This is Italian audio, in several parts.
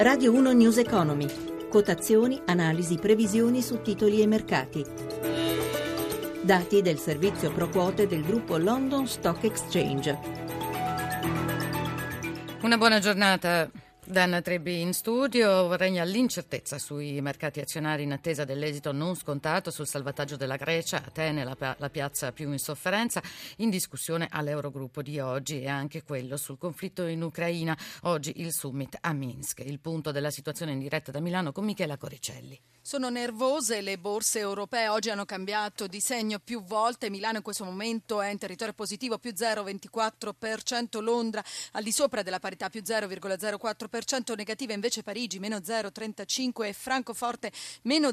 Radio 1 News Economy. Quotazioni, analisi, previsioni su titoli e mercati. Dati del servizio pro quote del gruppo London Stock Exchange. Una buona giornata. Dan Trebbi in studio. Regna l'incertezza sui mercati azionari in attesa dell'esito non scontato sul salvataggio della Grecia. Atene la piazza più in sofferenza. In discussione all'Eurogruppo di oggi e anche quello sul conflitto in Ucraina. Oggi il summit a Minsk. Il punto della situazione in diretta da Milano con Michela Coricelli. Sono nervose le borse europee, oggi hanno cambiato di segno più volte, Milano in questo momento è in territorio positivo più 0,24%, Londra al di sopra della parità più 0,04%, negativa invece Parigi meno 0,35% e Francoforte meno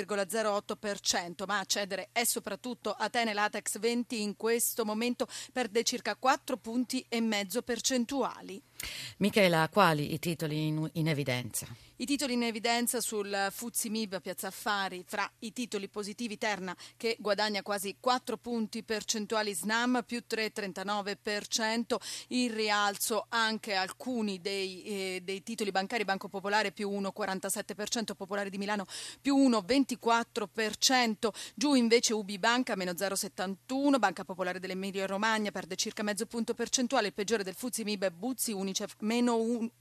0,08%, ma a cedere è soprattutto Atene Latex 20 in questo momento perde circa 4,5 punti percentuali. Michela, quali i titoli in evidenza? I titoli in evidenza sul FTSE MIB a Piazza Affari, fra i titoli positivi Terna che guadagna quasi 4 punti percentuali, Snam più 3,39%, in rialzo anche alcuni dei titoli bancari, Banco Popolare più 1,47%, Popolare di Milano più 1,24%, giù invece UBI Banca meno 0,71%, Banca Popolare dell'Emilia Romagna perde circa mezzo punto percentuale, il peggiore del FTSE MIB è Buzzi Unicef meno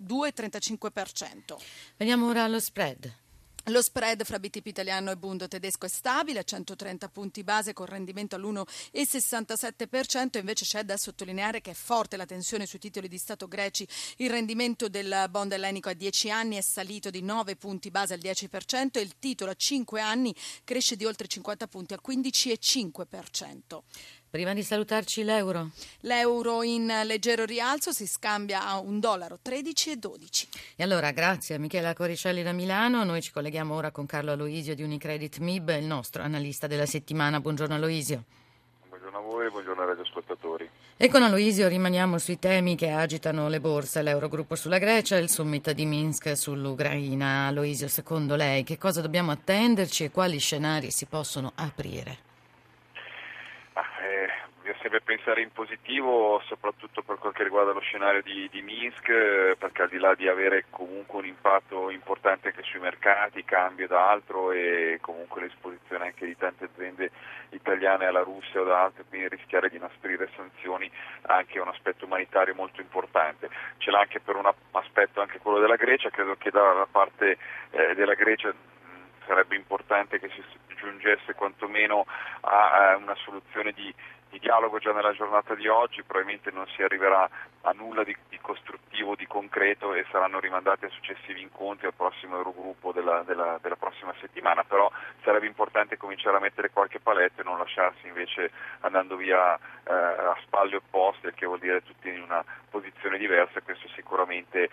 2,35%. Veniamo ora allo spread. Lo spread fra BTP italiano e Bundo tedesco è stabile a 130 punti base con rendimento all'1,67%, invece c'è da sottolineare che è forte la tensione sui titoli di Stato greci, il rendimento del bond ellenico a 10 anni è salito di 9 punti base al 10% e il titolo a 5 anni cresce di oltre 50 punti al 15,5%. Prima di salutarci l'euro. L'euro in leggero rialzo si scambia a $1,13,12. E allora grazie a Michela Coricelli da Milano. Noi ci colleghiamo ora con Carlo Aloisio di Unicredit MIB, il nostro analista della settimana. Buongiorno Aloisio. Buongiorno a voi e buongiorno ai radioascoltatori. E con Aloisio rimaniamo sui temi che agitano le borse, l'Eurogruppo sulla Grecia e il summit di Minsk sull'Ucraina. Aloisio, secondo lei che cosa dobbiamo attenderci e quali scenari si possono aprire? Bisogna sempre pensare in positivo, soprattutto per quel che riguarda lo scenario di Minsk, perché al di là di avere comunque un impatto importante anche sui mercati, cambio da altro e comunque l'esposizione anche di tante aziende italiane alla Russia o da altre, quindi rischiare di inasprire sanzioni ha anche un aspetto umanitario molto importante. Ce l'ha anche per un aspetto anche quello della Grecia, credo che dalla parte della Grecia sarebbe importante che si giungesse quantomeno a una soluzione di dialogo già nella giornata di oggi. Probabilmente non si arriverà a nulla di costruttivo, di concreto e saranno rimandati a successivi incontri al prossimo Eurogruppo della prossima settimana, però sarebbe importante cominciare a mettere qualche paletto e non lasciarsi invece andando via a spalle opposte, il che vuol dire tutti in una posizione diversa, e questo sicuramente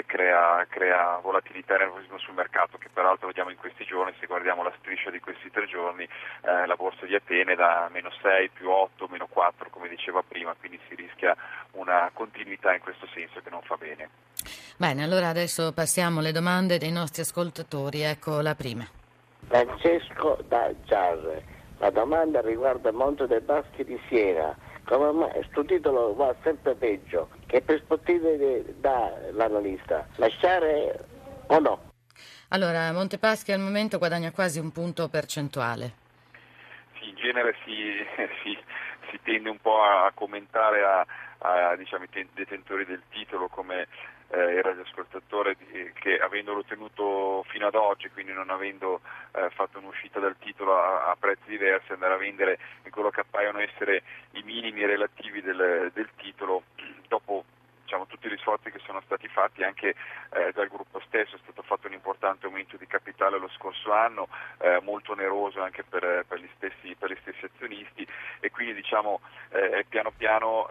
crea volatilità e nervosismo sul mercato, che peraltro vediamo in questi giorni. Se guardiamo la striscia di questi 3 giorni, la borsa di Atene da meno 6, più 8, meno 4 come diceva prima, quindi si rischia una continuità in questo senso che non fa bene. Bene, allora adesso passiamo alle domande dei nostri ascoltatori. Ecco la prima. Francesco da Giarre, la domanda riguarda Monte dei Paschi di Siena. Come mai questo titolo va sempre peggio? Che prospettive dà l'analista? Lasciare o no? Allora, Montepaschi al momento guadagna quasi un punto percentuale. Sì, in genere si tende un po' a commentare a diciamo, i detentori del titolo come il radioascoltatore che avendolo ottenuto fino ad oggi, quindi non avendo fatto un'uscita dal titolo a prezzi diversi, andare a vendere in quello che appaiono essere i minimi relativi del titolo, dopo tutti gli sforzi che sono stati fatti anche dal gruppo stesso. È stato fatto un importante aumento di capitale lo scorso anno, molto oneroso anche per gli stessi azionisti, e quindi piano piano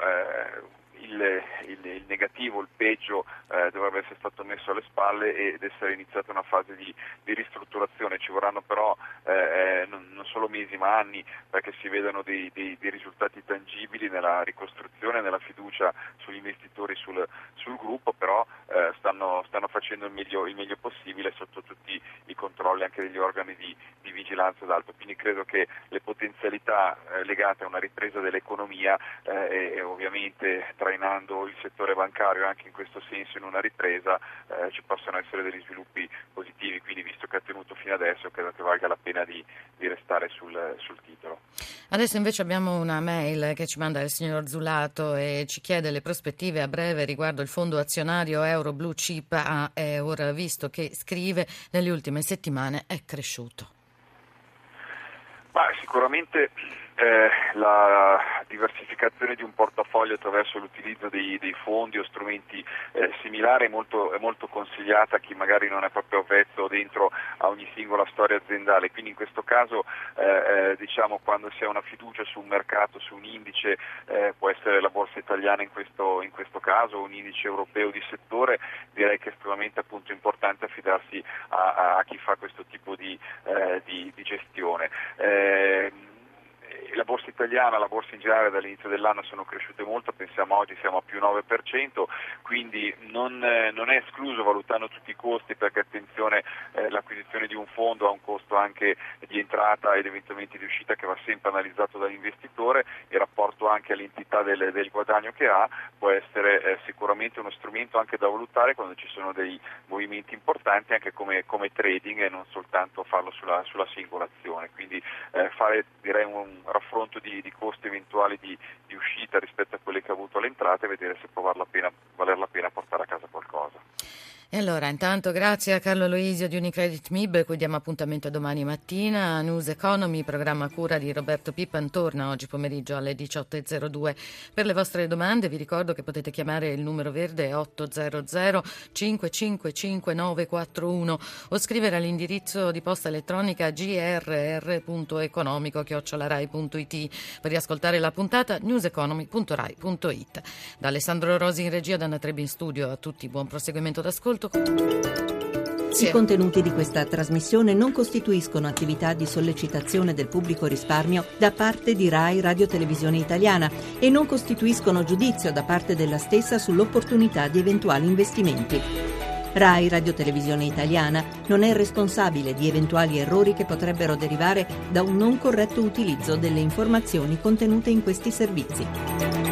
il negativo, il peggio dovrebbe essere stato messo alle spalle ed essere iniziata una fase di ristrutturazione. Ci vorranno però non solo mesi ma anni perché si vedano dei risultati tangibili nella ricostruzione, nella fiducia sugli investitori sul gruppo, però stanno facendo il meglio possibile sotto tutti i controlli anche degli organi di vigilanza d'alto. Quindi credo che le potenzialità legate a una ripresa dell'economia e ovviamente tra trainando il settore bancario anche in questo senso in una ripresa, ci possono essere degli sviluppi positivi, quindi visto che ha tenuto fino adesso credo che valga la pena di restare sul titolo. Adesso invece abbiamo una mail che ci manda il signor Zulato e ci chiede le prospettive a breve riguardo il fondo azionario Euro Blue Chip a Eur, visto che, scrive, nelle ultime settimane è cresciuto. Ma sicuramente la diversificazione di un portafoglio attraverso l'utilizzo dei fondi o strumenti similari è molto consigliata a chi magari non è proprio avvezzo dentro a ogni singola storia aziendale, quindi in questo caso quando si ha una fiducia su un mercato, su un indice, può essere la borsa italiana in questo caso, un indice europeo di settore, direi che è estremamente appunto importante affidarsi a chi fa questo tipo di gestione. La borsa italiana, la borsa in generale dall'inizio dell'anno sono cresciute molto, pensiamo oggi siamo a più 9%, quindi non è escluso, valutando tutti i costi, perché attenzione, l'acquisizione di un fondo ha un costo anche di entrata ed eventualmente di uscita che va sempre analizzato dall'investitore, il rapporto anche all'entità del guadagno che ha può essere sicuramente uno strumento anche da valutare quando ci sono dei movimenti importanti, anche come trading, e non soltanto farlo sulla singola azione, quindi fare direi un raffronto di costi eventuali di uscita rispetto a quelle che ha avuto all'entrata e vedere se può valer la pena portare a casa qualcosa. E allora, intanto grazie a Carlo Aloisio di Unicredit MIB, cui diamo appuntamento domani mattina. News Economy, programma a cura di Roberto Pippan, torna oggi pomeriggio alle 18.02. Per le vostre domande vi ricordo che potete chiamare il numero verde 800 555 941 o scrivere all'indirizzo di posta elettronica grr.economico@rai.it. Per riascoltare la puntata newseconomy.rai.it. Da Alessandro Rosi in regia, da Anna Trebbi in studio, a tutti buon proseguimento d'ascolto. I contenuti di questa trasmissione non costituiscono attività di sollecitazione del pubblico risparmio da parte di Rai Radio Televisione Italiana e non costituiscono giudizio da parte della stessa sull'opportunità di eventuali investimenti. Rai Radio Televisione Italiana non è responsabile di eventuali errori che potrebbero derivare da un non corretto utilizzo delle informazioni contenute in questi servizi.